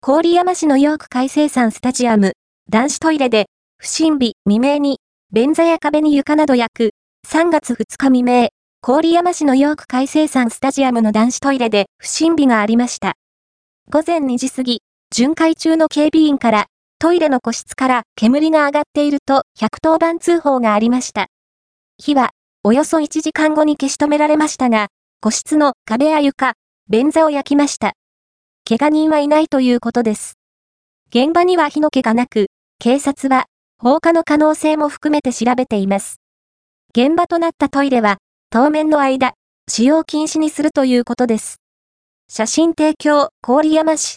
郡山市のヨーク海生産スタジアム、男子トイレで、不審火、未明に、便座や壁に床など焼く。3月2日未明、郡山市のヨーク海生産スタジアムの男子トイレで不審火がありました。午前2時過ぎ、巡回中の警備員から、トイレの個室から煙が上がっていると110番通報がありました。火は、およそ1時間後に消し止められましたが、個室の壁や床、便座を焼きました。怪我人はいないということです。現場には火の気がなく、警察は放火の可能性も含めて調べています。現場となったトイレは、当面の間、使用禁止にするということです。写真提供、郡山市。